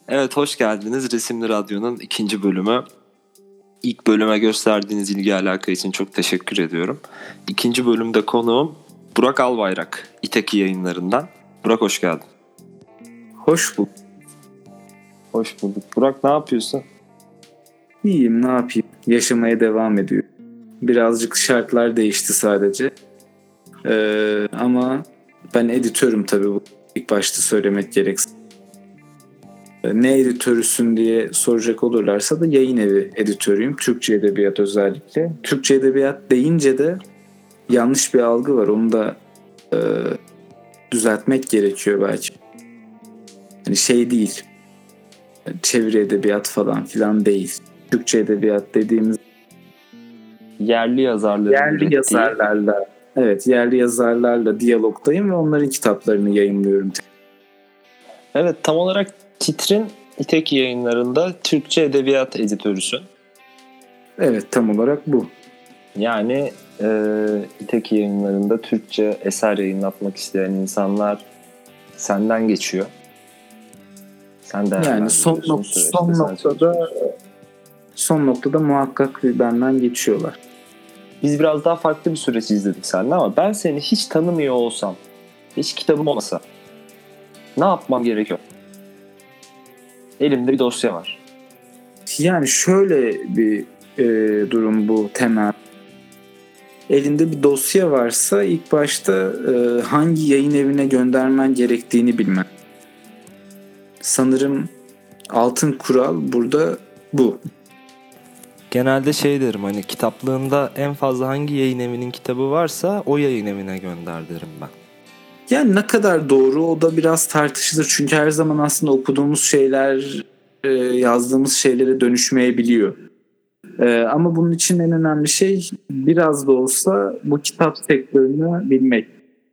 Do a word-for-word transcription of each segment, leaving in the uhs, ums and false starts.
Evet, hoş geldiniz Resimli Radyo'nun ikinci bölümü. İlk bölüme gösterdiğiniz ilgi alaka için çok teşekkür ediyorum. İkinci bölümde konuğum Burak Albayrak, İtaki Yayınları'ndan. Burak, hoş geldin. Hoş bulduk. Hoş bulduk. Burak, ne yapıyorsun? İyiyim, ne yapayım? Yaşamaya devam ediyor. Birazcık şartlar değişti sadece. Ee, ama ben editörüm tabii, bu ilk başta söylemek gerekirse. Ne editörüsün diye soracak olurlarsa da yayın evi editörüyüm. Türkçe edebiyat özellikle. Türkçe edebiyat deyince de yanlış bir algı var. Onu da e, düzeltmek gerekiyor belki. Yani şey değil. Çeviri edebiyat falan filan değil. Türkçe edebiyat dediğimiz yerli yazarların yerli ürettiği... yazarlarla evet yerli yazarlarla diyalogdayım ve onların kitaplarını yayınlıyorum. Evet, tam olarak titrin İtaki Yayınları'nda Türkçe edebiyat editörüsün. Evet, tam olarak bu. Yani e, İtaki Yayınları'nda Türkçe eser yayınlatmak isteyen insanlar senden geçiyor. Sen yani son, nok- son noktada son noktada muhakkak benden geçiyorlar. Biz biraz daha farklı bir süreç izledik seninle ama ben seni hiç tanımıyor olsam, hiç kitabım olmasa ne yapmam gerekiyor? Elimde bir dosya var. Yani şöyle bir e, durum bu temel. Elinde bir dosya varsa ilk başta e, hangi yayın evine göndermen gerektiğini bilmen. Sanırım altın kural burada bu. Genelde şey derim, hani kitaplığında en fazla hangi yayın evinin kitabı varsa o yayın evine gönder derim ben. Yani ne kadar doğru o da biraz tartışılır. Çünkü her zaman aslında okuduğumuz şeyler e, yazdığımız şeylere dönüşmeyebiliyor. E, ama bunun için en önemli şey biraz da olsa bu kitap sektörünü bilmek.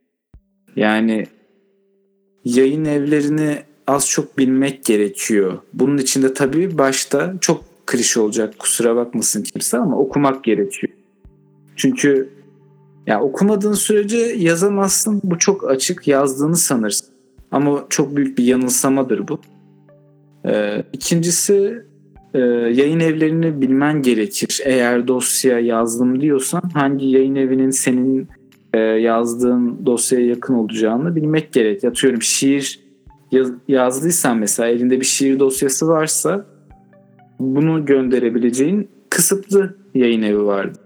Yani yayın evlerini az çok bilmek gerekiyor. Bunun için de tabii başta çok klişe olacak, kusura bakmasın kimse, ama okumak gerekiyor. Çünkü ya okumadığın sürece yazamazsın. Bu çok açık, yazdığını sanırsın. Ama çok büyük bir yanılsamadır bu. Ee, ikincisi e, yayın evlerini bilmen gerekir. Eğer dosya yazdım diyorsan hangi yayın evinin senin e, yazdığın dosyaya yakın olacağını bilmek gerek. Atıyorum şiir yaz, yazdıysan mesela, elinde bir şiir dosyası varsa bunu gönderebileceğin kısıtlı yayın evi vardır.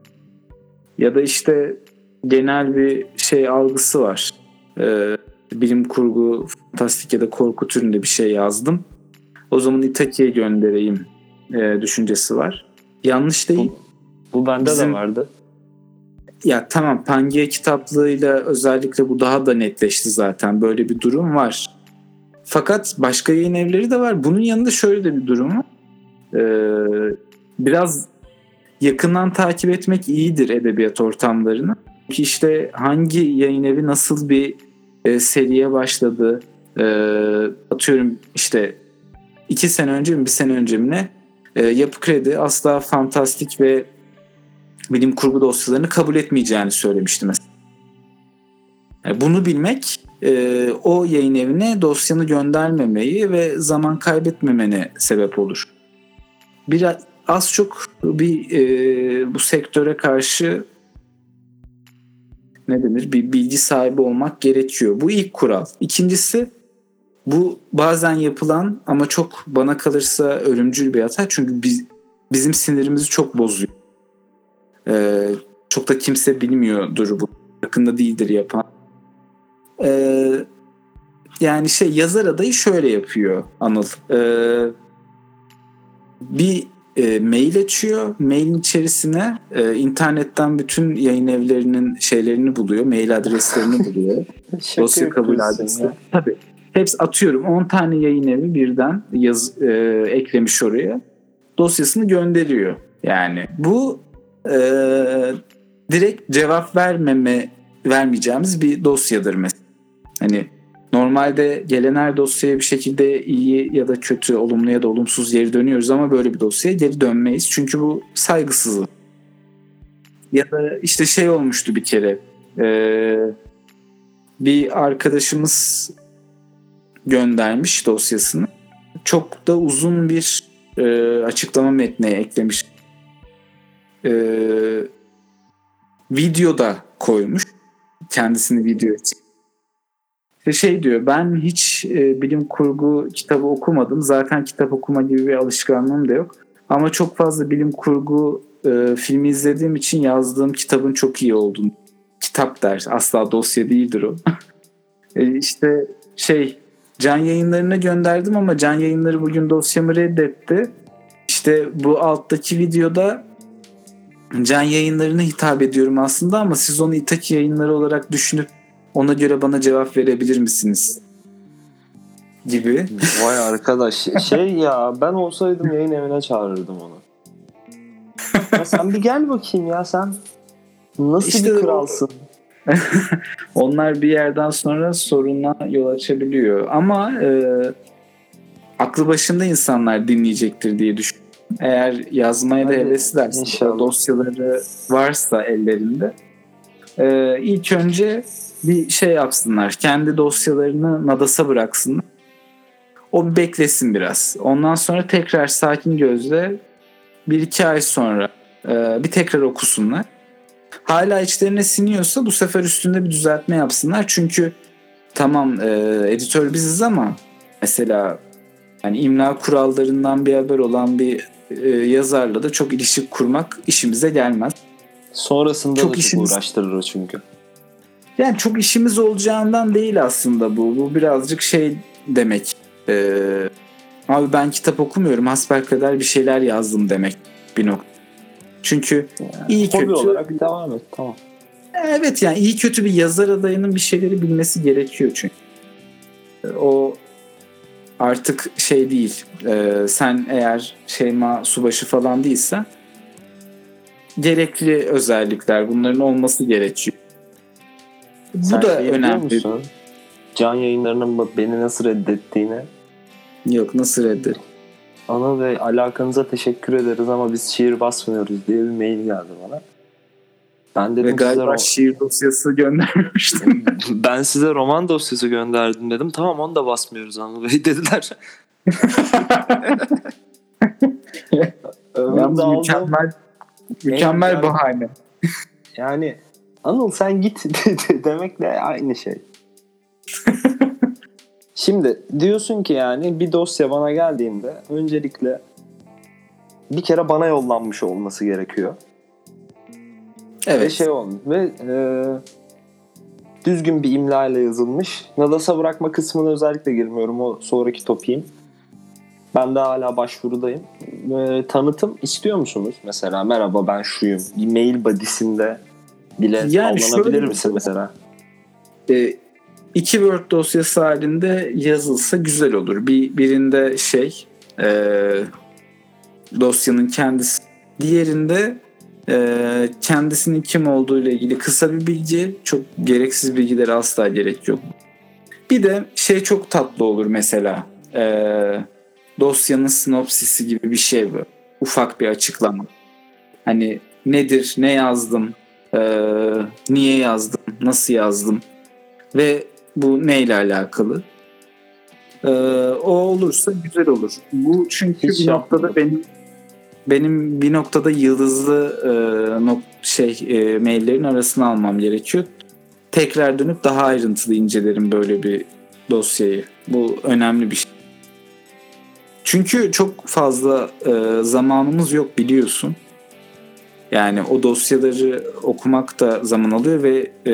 Ya da işte genel bir şey algısı var. Ee, bilim kurgu, fantastik ya da korku türünde bir şey yazdım. O zaman İtaki'ye göndereyim e, düşüncesi var. Yanlış değil. Bu, bu bende Bizim... de vardı. Ya tamam, Pangaea kitaplığıyla özellikle bu daha da netleşti zaten. Böyle bir durum var. Fakat başka yayın evleri de var. Bunun yanında şöyle de bir durum var. Ee, biraz yakından takip etmek iyidir edebiyat ortamlarını. Ki işte hangi yayın evi nasıl bir e, seriye başladı, e, atıyorum işte iki sene önce mi bir sene önce mi ne, e, Yapı Kredi asla fantastik ve bilim kurgu dosyalarını kabul etmeyeceğini söylemişti mesela. Yani bunu bilmek e, o yayın evine dosyanı göndermemeyi ve zaman kaybetmemene sebep olur. Biraz az çok bir e, bu sektöre karşı ne denir, bir bilgi sahibi olmak gerekiyor. Bu ilk kural. İkincisi, bu bazen yapılan ama çok bana kalırsa ölümcül bir hata. Çünkü biz, bizim sinirimizi çok bozuyor. Ee, çok da kimse bilmiyordur bu. Yakında değildir yapan. Ee, yani şey, yazar adayı şöyle yapıyor Anıl. Ee, bir e, mail açıyor. Mailin içerisine e, internetten bütün yayın evlerinin şeylerini buluyor. Mail adreslerini buluyor. Dosya kabul adresi. Tabii. Hepsi, atıyorum on tane yayın evi birden yaz, e, eklemiş oraya. Dosyasını gönderiyor. Yani bu e, direkt cevap vermeme vermeyeceğimiz bir dosyadır mesela. Hani normalde gelen her dosyaya bir şekilde iyi ya da kötü, olumlu ya da olumsuz geri dönüyoruz ama böyle bir dosyaya geri dönmeyiz. Çünkü bu saygısızlık. Ya da işte şey olmuştu bir kere. Ee, bir arkadaşımız göndermiş dosyasını. çok da uzun bir e, açıklama metni eklemiş. E, videoda koymuş. Kendisini video için. İşte şey diyor, ben hiç e, bilim kurgu kitabı okumadım. Zaten kitap okuma gibi bir alışkanlığım da yok. Ama çok fazla bilim kurgu e, filmi izlediğim için yazdığım kitabın çok iyi olduğunu. Kitap der. Asla dosya değildir o. e, işte şey Can Yayınları'na gönderdim ama Can Yayınları bugün dosyamı reddetti. İşte bu alttaki videoda Can Yayınları'na hitap ediyorum aslında ama siz onu İtaki Yayınları olarak düşünüp ona göre bana cevap verebilir misiniz? Gibi. Vay arkadaş. Şey ya, ben olsaydım yayın evine çağırırdım onu. Ya sen bir gel bakayım ya, sen nasıl İşte bir kralsın? Onlar bir yerden sonra soruna yol açabiliyor. Ama e, aklı başında insanlar dinleyecektir diye düşünüyorum. Eğer yazmaya da Hadi, heveslilerse, inşallah. dosyaları varsa ellerinde e, ilk önce bir şey yapsınlar. Kendi dosyalarını Nadas'a bıraksınlar. O bir beklesin biraz. Ondan sonra tekrar sakin gözle bir iki ay sonra e, bir tekrar okusunlar. Hala içlerine siniyorsa bu sefer üstünde bir düzeltme yapsınlar. Çünkü tamam e, editör biziz ama mesela yani imla kurallarından bir haber olan bir e, yazarla da çok ilişki kurmak işimize gelmez. Sonrasında Çok da çok işimiz- uğraştırır o çünkü. Yani çok işimiz olacağından değil aslında bu. Bu birazcık şey demek. E, abi ben kitap okumuyorum, hasbelkader bir şeyler yazdım demek bir nokta. Çünkü iyi Hobi kötü olarak devam et, tamam. evet yani iyi kötü bir yazar adayının bir şeyleri bilmesi gerekiyor çünkü. O artık şey değil. E, sen eğer Şeyma Subaşı falan değilsen gerekli özellikler bunların olması gerekiyor. Bu Sen da şey biliyor önemli. musun? Can Yayınları'nın beni nasıl reddettiğini. Yok, nasıl reddet? Anıl Bey, alakanıza teşekkür ederiz ama biz şiir basmıyoruz diye bir mail geldi bana. Ben Ve dedim size galiba ro- şiir dosyası göndermiştim. ben size roman dosyası gönderdim dedim. Tamam, onu da basmıyoruz Anıl Bey dediler. Ömrümde Yalnız aldığım mükemmel mükemmel güzel- bahane. yani Anıl sen git demekle aynı şey. Şimdi diyorsun ki yani bir dosya bana geldiğinde öncelikle bir kere bana yollanmış olması gerekiyor. Ve Evet. şey olmuş ve e, düzgün bir imla ile yazılmış. Nadas'a bırakma kısmına özellikle girmiyorum, o sonraki topiğim. Ben de hala başvurudayım. E, tanıtım istiyor musunuz? Mesela merhaba ben şuyum. Bir mail body'sinde bile Yani sallanabilir şöyle- misin mesela? E, iki Word dosyası halinde yazılsa güzel olur. Bir birinde şey e, dosyanın kendisi, diğerinde e, kendisinin kim olduğu ile ilgili kısa bir bilgi, çok gereksiz bilgileri asla gerek yok. Bir de şey çok tatlı olur mesela, e, dosyanın sinopsisi gibi bir şey bu. Ufak bir açıklama. Hani nedir, ne yazdım, e, niye yazdım, nasıl yazdım ve bu neyle alakalı. Ee, o olursa güzel olur. Bu çünkü Hiç bir noktada yapmadım. benim benim bir noktada yıldızlı e, nok- şey e, maillerin arasına almam gerekiyor. Tekrar dönüp daha ayrıntılı incelerim böyle bir dosyayı. Bu önemli bir şey. Çünkü çok fazla e, zamanımız yok biliyorsun. Yani o dosyaları okumak da zaman alıyor ve e,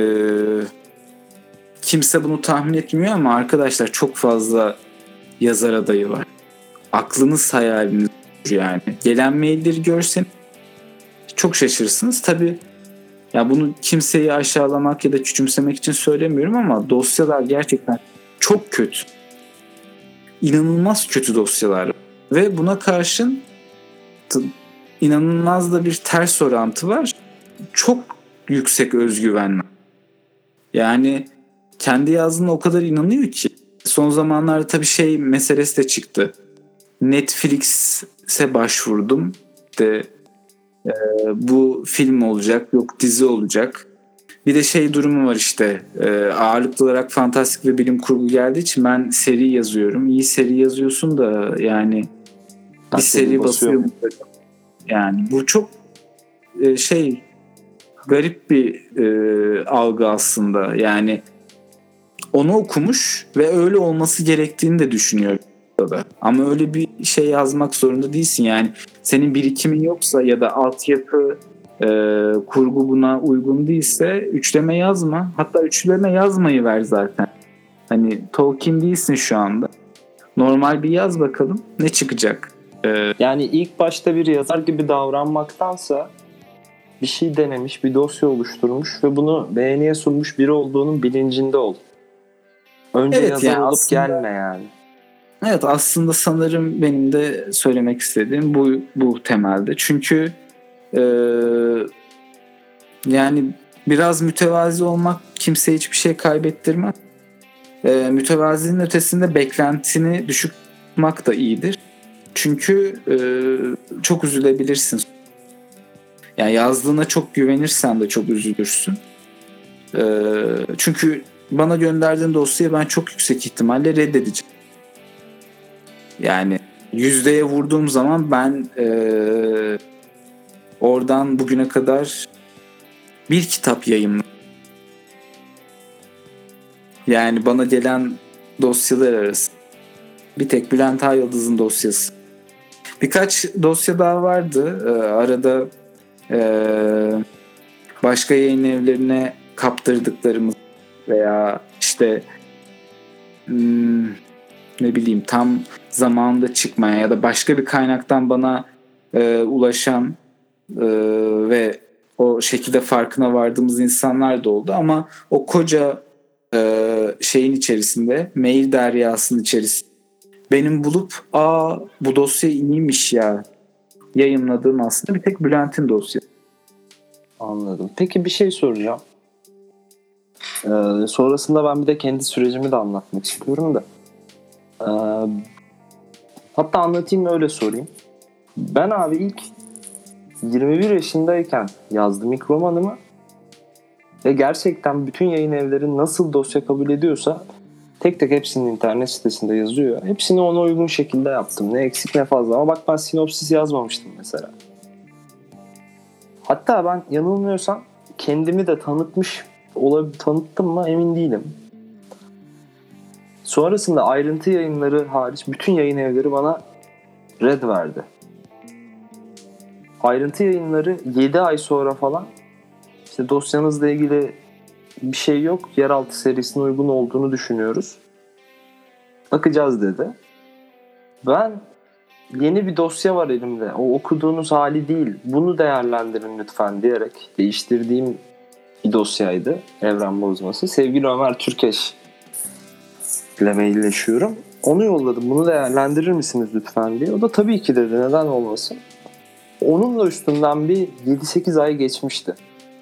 kimse bunu tahmin etmiyor ama arkadaşlar çok fazla yazar adayı var. Aklınız hayaliniz yani. Gelen mailleri görsen çok şaşırırsınız. Tabii ya bunu kimseyi aşağılamak ya da küçümsemek için söylemiyorum ama dosyalar gerçekten çok kötü. İnanılmaz kötü dosyalar. Ve buna karşın t- inanılmaz da bir ters orantı var. Çok yüksek özgüven var. Yani kendi yazdığına o kadar inanıyor ki. Son zamanlarda tabii şey meselesi de çıktı. Netflix'e başvurdum. De, e, bu film olacak, yok dizi olacak. Bir de şey durumu var işte, e, ağırlıklı olarak fantastik ve bilim kurgu geldiği için ben seri yazıyorum. İyi seri yazıyorsun da yani bir seri basıyor. Yani bu çok e, şey garip bir e, algı aslında. Yani onu okumuş ve öyle olması gerektiğini de düşünüyor. Ama öyle bir şey yazmak zorunda değilsin. Yani senin birikimin yoksa ya da altyapı e, kurgu buna uygun değilse üçleme yazma. Hatta üçleme yazmayı ver zaten. Hani Tolkien değilsin şu anda. Normal bir yaz bakalım ne çıkacak. Ee, yani ilk başta bir yazar gibi davranmaktansa bir şey denemiş, bir dosya oluşturmuş ve bunu beğeniye sunmuş biri olduğunun bilincinde ol. Önce evet, yazar yani olup aslında, gelme yani. Evet, aslında sanırım benim de söylemek istediğim bu bu temelde. Çünkü e, yani biraz mütevazi olmak kimseye hiçbir şey kaybettirmez. E, mütevazinin ötesinde beklentini düşük tutmak da iyidir. Çünkü e, çok üzülebilirsin. Yani yazdığına çok güvenirsen de çok üzülürsün. E, çünkü bana gönderdiğin dosyayı ben çok yüksek ihtimalle reddedeceğim. Yani yüzdeye vurduğum zaman ben e, oradan bugüne kadar bir kitap yayınladım. Yani bana gelen dosyalar arası. Bir tek Bülent Ayıldız'ın dosyası. Birkaç dosya daha vardı. Ee, arada e, başka yayın evlerine kaptırdıklarımız veya işte hmm, ne bileyim tam zamanında çıkmayan ya da başka bir kaynaktan bana e, ulaşan e, ve o şekilde farkına vardığımız insanlar da oldu. Ama o koca e, şeyin içerisinde, mail deryasının içerisinde benim bulup aa bu dosya iyiymiş ya yayınladığım aslında bir tek Bülent'in dosyası. Anladım. Peki bir şey soracağım. Ee, sonrasında ben bir de kendi sürecimi de anlatmak istiyorum da. Ee, hatta anlatayım öyle sorayım. Ben abi ilk yirmi bir yaşındayken yazdım ilk romanımı ve gerçekten bütün yayın evleri nasıl dosya kabul ediyorsa tek tek hepsinin internet sitesinde yazıyor. Hepsini ona uygun şekilde yaptım. Ne eksik ne fazla. Ama bak ben sinopsis yazmamıştım mesela. Hatta ben yanılmıyorsam kendimi de tanıtmış olabilir, tanıttım mı emin değilim. Sonrasında ayrıntı yayınları hariç bütün yayın evleri bana red verdi. Ayrıntı yayınları yedi ay sonra falan işte dosyanızla ilgili bir şey yok. Yeraltı serisine uygun olduğunu düşünüyoruz. Bakacağız dedi. Ben yeni bir dosya var elimde. O okuduğunuz hali değil. Bunu değerlendirin lütfen diyerek değiştirdiğim bir dosyaydı. Evren Bozması. Sevgili Ömer Türkeş ile mailleşiyorum. Onu yolladım. Bunu değerlendirir misiniz lütfen diye. O da tabii ki dedi. Neden olmasın? Onunla üstünden bir yedi sekiz ay geçmişti.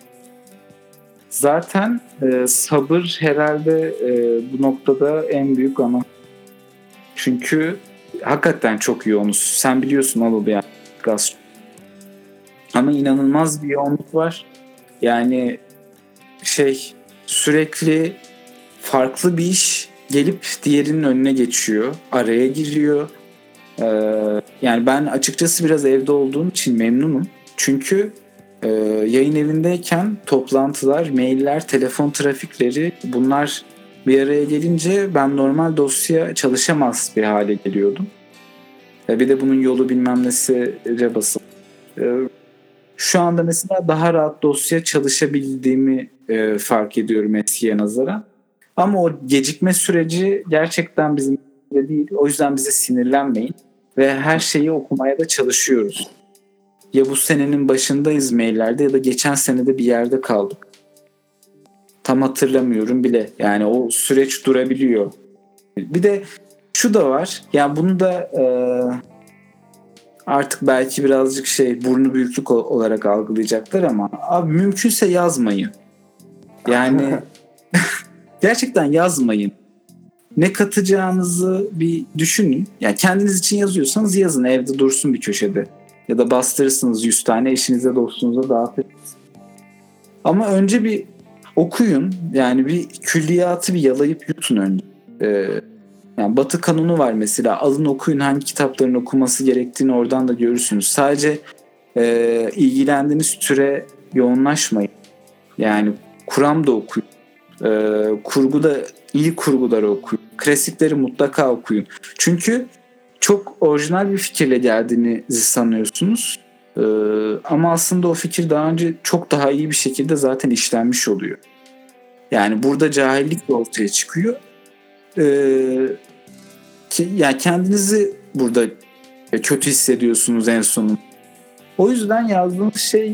Zaten e, sabır herhalde e, bu noktada en büyük ana. Çünkü hakikaten çok yoğunuz. Sen biliyorsun Anıl yani gaz. Ama inanılmaz bir yoğunluk var. Yani şey sürekli farklı bir iş gelip diğerinin önüne geçiyor. Araya giriyor. Ee, yani ben açıkçası biraz evde olduğum için memnunum. Çünkü e, yayın evindeyken toplantılar, mailler, telefon trafikleri bunlar bir araya gelince ben normal dosya çalışamaz bir hale geliyordum. E, bir de bunun yolu bilmem nesi rebası. E, şu anda mesela daha rahat dosya çalışabildiğimi e, fark ediyorum eskiye nazaran. Ama o gecikme süreci gerçekten bizim de değil. O yüzden bize sinirlenmeyin. Ve her şeyi okumaya da çalışıyoruz. Ya bu senenin başındayız maillerde ya da geçen senede bir yerde kaldık. Tam hatırlamıyorum bile. Yani o süreç durabiliyor. Bir de şu da var. Yani bunu da e, artık belki birazcık şey burnu büyüklük olarak algılayacaklar ama abi mümkünse yazmayın. Yani gerçekten yazmayın. Ne katacağınızı bir düşünün. Yani kendiniz için yazıyorsanız yazın. Evde dursun bir köşede. Ya da bastırırsınız yüz tane eşinize dostunuza dağıtırsınız. Ama önce bir okuyun. Yani bir külliyatı bir yalayıp yutun önce. Ee, yani Batı kanunu var mesela. Alın okuyun, hangi kitapların okunması gerektiğini oradan da görürsünüz. Sadece e, ilgilendiğiniz türe yoğunlaşmayın. Yani Kur'an da okuyun. E, kurguda iyi kurguları okuyun. Klasikleri mutlaka okuyun. Çünkü çok orijinal bir fikirle geldiğinizi sanıyorsunuz. Ee, ama aslında o fikir daha önce çok daha iyi bir şekilde zaten işlenmiş oluyor. Yani burada cahillik de ortaya çıkıyor. Ee, ki, yani kendinizi burada kötü hissediyorsunuz en sonunda. O yüzden yazdığınız şey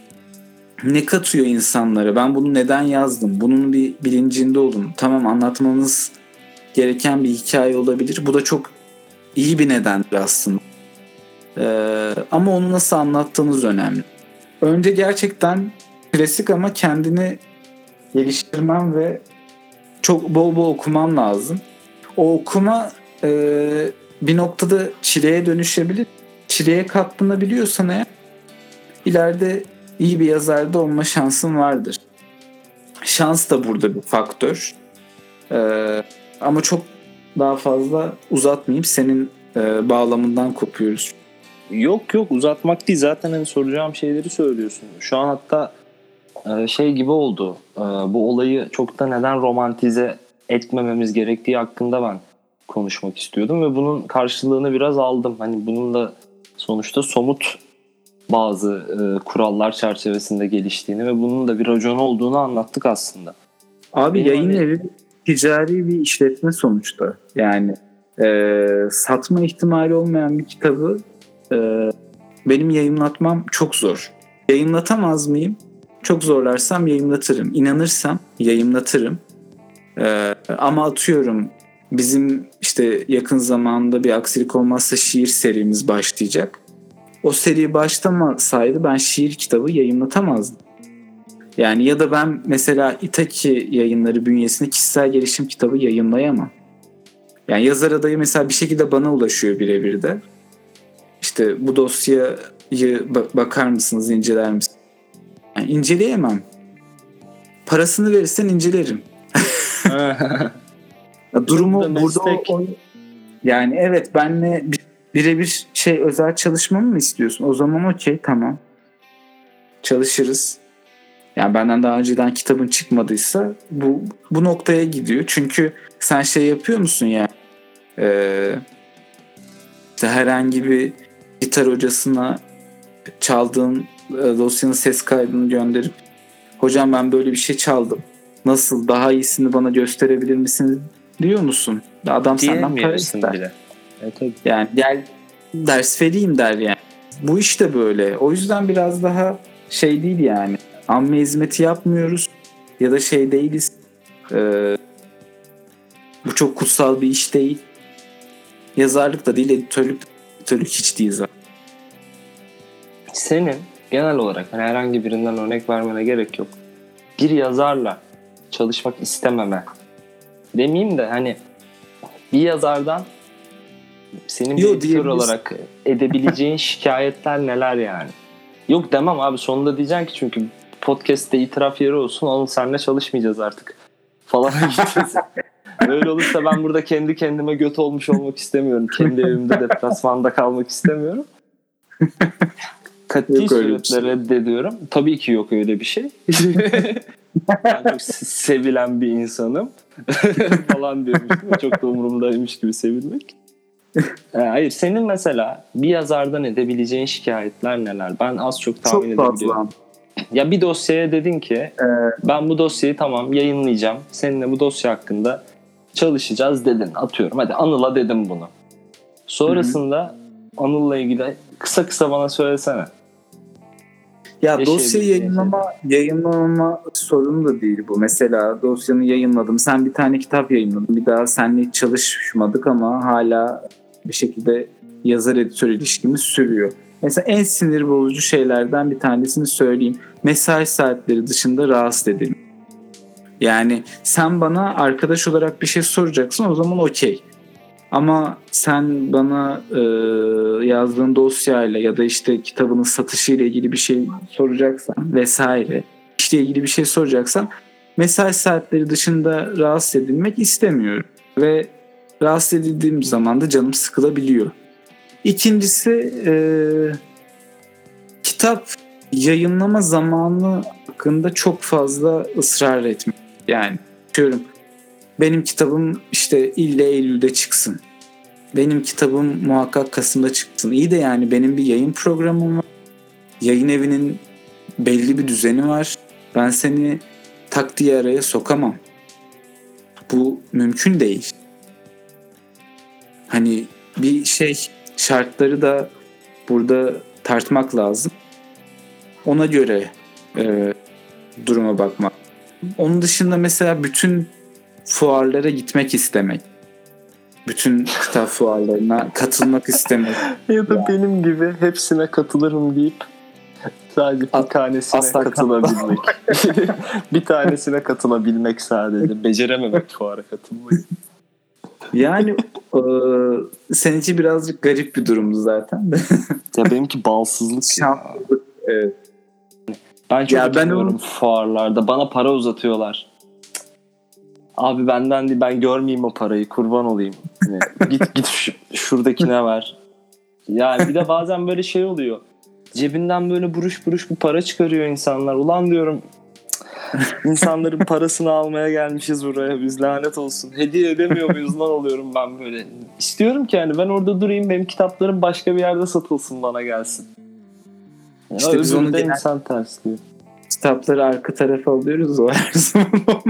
ne katıyor insanlara? Ben bunu neden yazdım? Bunun bir bilincinde olun. Tamam, anlatmanız gereken bir hikaye olabilir. Bu da çok iyi bir nedendir aslında. Ee, ama onu nasıl anlattığınız önemli. Önce gerçekten klasik ama kendini geliştirmen ve çok bol bol okuman lazım. O okuma e, bir noktada çileye dönüşebilir. Çileye katlanabiliyorsan eğer ileride iyi bir yazarda olma şansın vardır. Şans da burada bir faktör. Ee, ama çok daha fazla uzatmayayım. Senin e, bağlamından kopuyoruz. Yok yok, uzatmak değil, zaten hani soracağım şeyleri söylüyorsun. Şu an hatta e, şey gibi oldu. E, bu olayı çok da neden romantize etmememiz gerektiği hakkında ben konuşmak istiyordum ve bunun karşılığını biraz aldım. Hani bunun da sonuçta somut bazı e, kurallar çerçevesinde geliştiğini ve bunun da bir raconu olduğunu anlattık aslında. Abi Benim yayın hani... evi ticari bir işletme sonuçta. Yani e, satma ihtimali olmayan bir kitabı e, benim yayınlatmam çok zor. Yayınlatamaz mıyım? Çok zorlarsam yayınlatırım. İnanırsam yayınlatırım. E, ama atıyorum bizim işte yakın zamanda bir aksilik olmazsa şiir serimiz başlayacak. O seri başlamasaydı ben şiir kitabı yayınlatamazdım. Yani ya da ben mesela İtaki Yayınları bünyesinde kişisel gelişim kitabı yayınlayamam. Yani yazar adayı mesela bir şekilde bana ulaşıyor birebir de. İşte bu dosyayı bakar mısınız, inceler misiniz? Yani inceleyemem. Parasını verirsen incelerim. Durumu burada o, o, yani evet, benle birebir şey özel çalışmamı mı istiyorsun? O zaman okey, tamam. Çalışırız. Yani benden daha önceden kitabın çıkmadıysa bu bu noktaya gidiyor. Çünkü sen şey yapıyor musun ya? Ee, işte herhangi bir gitar hocasına çaldığın e, dosyanın ses kaydını gönderip hocam ben böyle bir şey çaldım. Nasıl, daha iyisini bana gösterebilir misiniz diyor musun? Adam senden para ister. Bile. Evet, tabii. Yani gel ders vereyim der yani. Bu işte böyle. O yüzden biraz daha şey değil yani. Amme hizmeti yapmıyoruz ya da şey değiliz. Ee, bu çok kutsal bir iş değil. Yazarlık da değil, editörlük, editörlük hiç değil zaten. Senin genel olarak hani herhangi birinden örnek vermene gerek yok. Bir yazarla çalışmak istememe demeyeyim de hani bir yazardan senin bir Yo, editör olarak edebileceğin şikayetler neler yani? Yok demem abi, sonunda diyeceksin ki çünkü podcast'te itiraf yeri olsun, oğlum seninle çalışmayacağız artık falan gideceğiz. Böyle olursa ben burada kendi kendime göt olmuş olmak istemiyorum. Kendi evimde deplasmanda kalmak istemiyorum. Kat'i suretle şey. reddediyorum. Tabii ki yok öyle bir şey. Ben çok sevilen bir insanım falan diyormuştum. Çok da umurumdaymış gibi sevilmek. Hayır, senin mesela bir yazardan edebileceğin şikayetler neler? Ben az çok tahmin edebiliyorum. Ya bir dosyaya dedin ki ee, ben bu dosyayı tamam yayınlayacağım. Seninle bu dosya hakkında çalışacağız dedin. Atıyorum hadi Anıl'a dedim bunu. Sonrasında hı-hı. Anıl'la ilgili kısa kısa bana söylesene. Ya dosyayı yayınlama, yayınlama sorunu da değil bu. Mesela dosyanı yayınladım. Sen bir tane kitap yayınladın. Bir daha seninle hiç çalışmadık ama hala bir şekilde yazar editör ilişkimiz sürüyor. Mesela en sinir bozucu şeylerden bir tanesini söyleyeyim. Mesai saatleri dışında rahatsız edelim. Yani sen bana arkadaş olarak bir şey soracaksın, o zaman okey. Ama sen bana e, yazdığın dosyayla ya da işte kitabının satışıyla ilgili bir şey soracaksan vesaire, işle ilgili bir şey soracaksan mesai saatleri dışında rahatsız edilmek istemiyorum. Ve rahatsız edildiğim zaman da canım sıkılabiliyor. İkincisi e, kitap yayınlama zamanı hakkında çok fazla ısrar etmek. Yani diyorum benim kitabım işte ille Eylül'de çıksın. Benim kitabım muhakkak Kasım'da çıksın. İyi de yani benim bir yayın programım var. Yayın evinin belli bir düzeni var. Ben seni tak diye araya sokamam. Bu mümkün değil. Hani bir şey şartları da burada tartmak lazım. Ona göre e, duruma bakmak. Onun dışında mesela bütün fuarlara gitmek istemek. Bütün kitap fuarlarına katılmak istemek. Ya da benim gibi hepsine katılırım deyip sadece bir A- tanesine asla katılabilmek. Bir tanesine katılabilmek sadece. Becerememek fuara katılmayı. Yani e, seninki birazcık garip bir durumdu zaten de. Ya benimki balsızlık ya. Şanslılık. Evet. Ben çok Ya ben utanıyorum onu- fuarlarda. Bana para uzatıyorlar. Abi benden değil, ben görmeyeyim o parayı, kurban olayım. Yani git git şu, şuradakine ver. Yani bir de bazen böyle şey oluyor. Cebinden böyle buruş buruş bir para çıkarıyor insanlar. Ulan diyorum insanların parasını almaya gelmişiz buraya. Biz lanet olsun. Hediye edemiyor muyuz lan oluyorum ben böyle. İstiyorum ki yani ben orada durayım, benim kitaplarım başka bir yerde satılsın, bana gelsin. Ya İşte biz onu öbürü de genel- insan tersliyor. Kitapları arka tarafa alıyoruz o her zaman.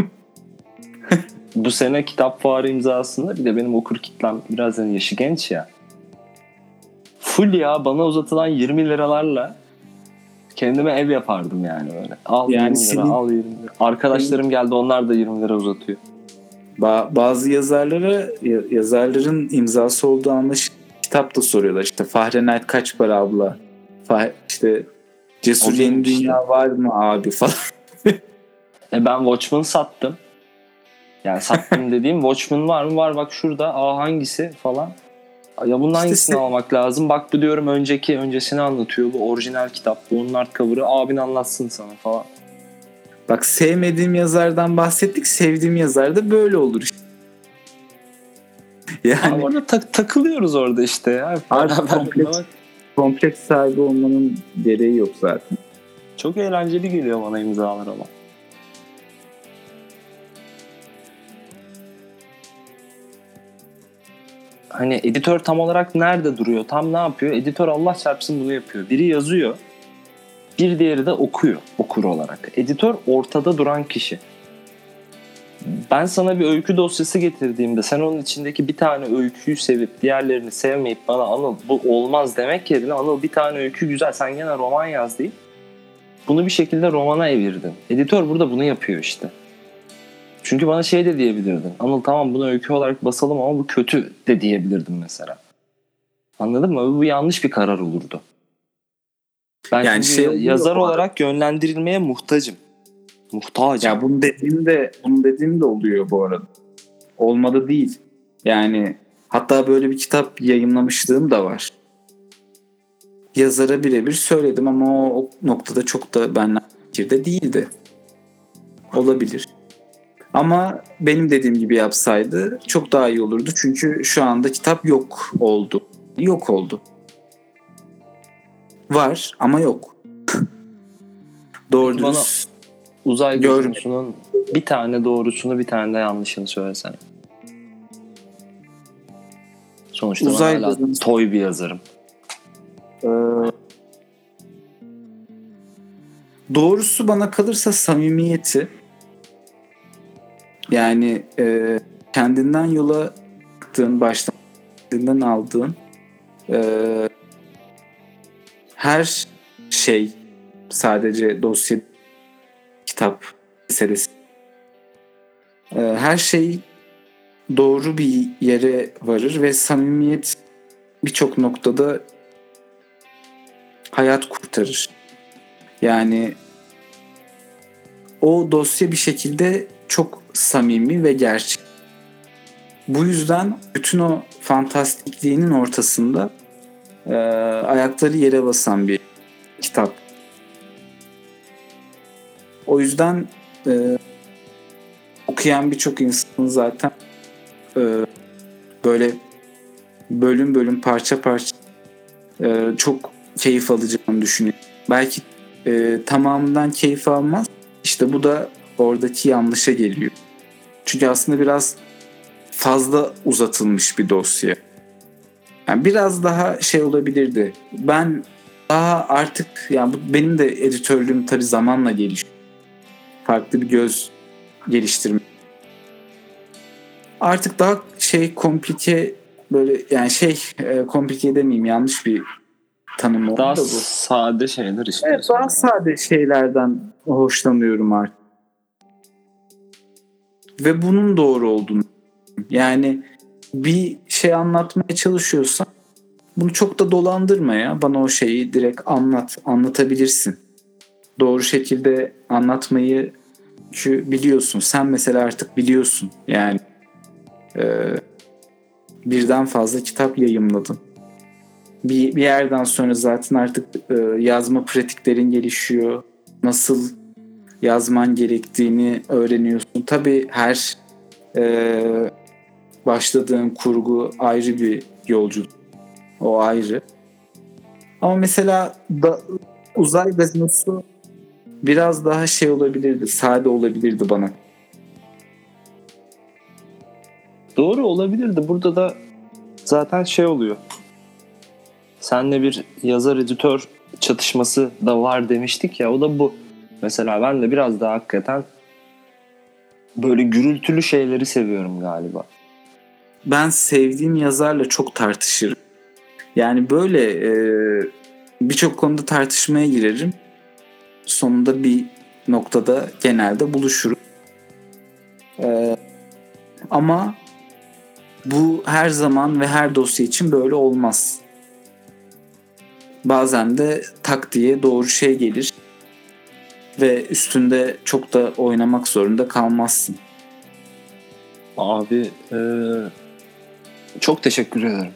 Bu sene kitap fuarı imzasında bir de benim okur kitlem biraz yani yaşı genç ya. Full ya bana uzatılan yirmi liralarla kendime ev yapardım yani böyle. Al Yani yirmi lira, senin- al yirmi lira. Arkadaşlarım geldi, onlar da yirmi lira uzatıyor. Ba- bazı yazarlara ya- yazarların imzası olduğu anlaşılan kitap da soruyorlar. İşte Fahrenheit kaç para abla? Fah- işte Cesur O Yeni benim işte. Dünya var mı abi falan. E ben Watchmen'ı sattım. Yani sattım dediğim Watchmen var mı? Var bak şurada. Aa hangisi falan. Ya bunun İşte hangisini se- almak lazım? Bak bu diyorum önceki öncesini anlatıyor. Bu orijinal kitap. Bu onun hardcover'ı. Abin anlatsın sana falan. Bak sevmediğim yazardan bahsettik. Sevdiğim yazar da böyle olur işte. Abi Yani orada tak- takılıyoruz orada işte ya. Artık Beraber kompleks- bak. kompleks sahibi olmanın gereği yok zaten. Çok eğlenceli geliyor bana imzalar ama. Hani editör tam olarak nerede duruyor? Tam ne yapıyor? Editör Allah çarpsın bunu yapıyor. Biri yazıyor. Bir diğeri de okuyor. Okur olarak. Editör ortada duran kişi. Ben sana bir öykü dosyası getirdiğimde sen onun içindeki bir tane öyküyü sevip diğerlerini sevmeyip bana Anıl bu olmaz demek yerine Anıl bir tane öykü güzel sen gene roman yaz deyip bunu bir şekilde romana evirdin. Editör burada bunu yapıyor işte. Çünkü bana şey de diyebilirdin. Anıl tamam bunu öykü olarak basalım ama bu kötü de diyebilirdim mesela. Anladın mı? Bu yanlış bir karar olurdu. Ben Yani çünkü şey oluyor yazar bu arada. olarak yönlendirilmeye muhtacım. Muhtacım. Ya bunu dediğimde bunu dediğimde oluyor bu arada. Olmadı değil. Yani hatta böyle bir kitap yayımlamışlığım da var. Yazara birebir söyledim ama o, o noktada çok da benimle fikirde değildi. Olabilir. Ama benim dediğim gibi yapsaydı çok daha iyi olurdu. Çünkü şu anda kitap yok oldu. Yok oldu. Var ama yok. Doğru Peki bana- dürüst. Uzay Görmedim. gözümsünün bir tane doğrusunu bir tane de yanlışını söylesen. Sonuçta Uzay ben hala gözümsün. toy bir yazarım. Ee, doğrusu bana kalırsa samimiyeti, yani e, kendinden yola çıktığın, baştan kendinden aldığın e, her şey, sadece dosya, kitap meselesi, e, her şey doğru bir yere varır ve samimiyet birçok noktada hayat kurtarır. Yani o dosya bir şekilde çok samimi ve gerçek. Bu yüzden bütün o fantastikliğinin ortasında e, ayakları yere basan bir kitap. O yüzden e, okuyan birçok insanın zaten e, böyle bölüm bölüm parça parça e, çok keyif alacağını düşünüyorum. Belki e, tamamından keyif almaz. İşte bu da oradaki yanlışa geliyor. Çünkü aslında biraz fazla uzatılmış bir dosya. Yani biraz daha şey olabilirdi. Ben daha artık, yani bu benim de editörlüğüm tabii zamanla gelişiyor. Farklı bir göz geliştirme. Artık daha şey komplike, böyle yani şey e, komplike demeyeyim, yanlış bir tanım oldu Daha da bu. sade şeyler işte. Evet, daha sade şeylerden hoşlanıyorum artık. Ve bunun doğru olduğunu. Yani bir şey anlatmaya çalışıyorsan bunu çok da dolandırma ya. Bana o şeyi direkt anlat. Anlatabilirsin. Doğru şekilde anlatmayı çünkü biliyorsun. Sen mesela artık biliyorsun. Yani e, birden fazla kitap yayımladın. Bir, bir yerden sonra zaten artık e, yazma pratiklerin gelişiyor. Nasıl yazman gerektiğini öğreniyorsun. Tabii her e, başladığın kurgu ayrı bir yolculuk. O ayrı. Ama mesela da, Uzay Gazinosu biraz daha şey olabilirdi. Sade olabilirdi bana. Doğru olabilirdi. Burada da zaten şey oluyor. Seninle bir yazar editör çatışması da var demiştik ya, o da bu. Mesela ben de biraz daha hakikaten böyle gürültülü şeyleri seviyorum galiba. Ben sevdiğim yazarla çok tartışırım. Yani böyle e, birçok konuda tartışmaya girerim. Sonunda bir noktada genelde buluşurum. E, ama bu her zaman ve her dosya için böyle olmaz. Bazen de tak diye doğru şey gelir ve üstünde çok da oynamak zorunda kalmazsın. Abi e, çok teşekkür ederim.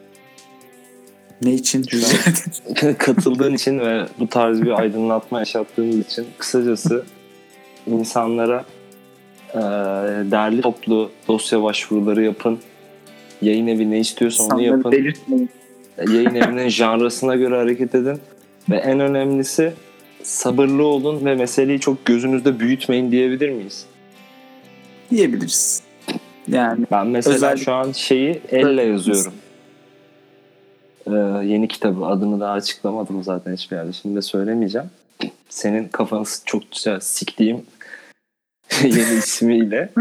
Ne için? Katıldığın için ve bu tarz bir aydınlatma yaşattığınız için. Kısacası insanlara e, derli toplu dosya başvuruları yapın. Yayın evi ne istiyorsa onu yapın. Belirtmeyin. Yayın evinin janrasına göre hareket edin. Ve en önemlisi sabırlı olun ve meseleyi çok gözünüzde büyütmeyin diyebilir miyiz? Diyebiliriz. Yani ben mesela özellikle... şu an şeyi elle yazıyorum. Ee, yeni kitabı, adını daha açıklamadım zaten hiçbir yerde. Şimdi de söylemeyeceğim. Senin kafanı çok güzel siktiğim yeni ismiyle.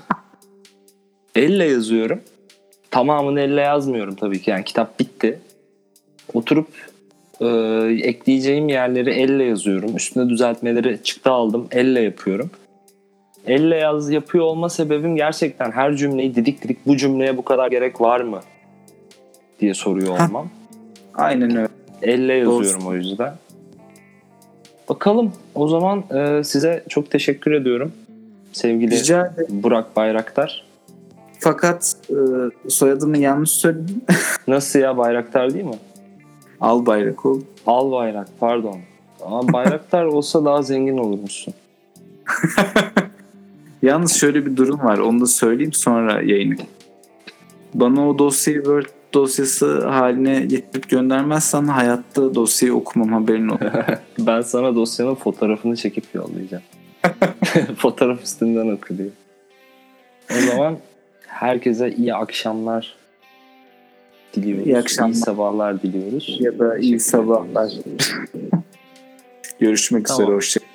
Elle yazıyorum. Tamamını elle yazmıyorum tabii ki. Yani kitap bitti. Oturup e, ekleyeceğim yerleri elle yazıyorum. Üstüne düzeltmeleri çıktı aldım. Elle yapıyorum. Elle yaz yapıyor olma sebebim gerçekten her cümleyi didik didik bu cümleye bu kadar gerek var mı diye soruyor olmam. Aynen öyle. Elle yazıyorum Doğru. O yüzden. Bakalım o zaman e, size çok teşekkür ediyorum. Sevgili Burak Bayraktar. Fakat e, soyadını yanlış söyledim. Nasıl ya, Bayraktar değil mi? Albayrak oldu. Albayrak pardon. Ama Bayraktar olsa daha zengin olurmuşsun. Yalnız şöyle bir durum var. Onu da söyleyeyim sonra yayını. Bana o dosyayı Word dosyası haline getirip göndermezsen hayatta dosyayı okumam, haberin olur. Ben sana dosyanın fotoğrafını çekip yollayacağım. Fotoğraf üstünden okuyor. O zaman herkese iyi akşamlar diliyoruz. İyi akşamlar. İyi sabahlar diliyoruz. Ya da iyi sabahlar. Görüşmek tamam. üzere. Hoşçakalın.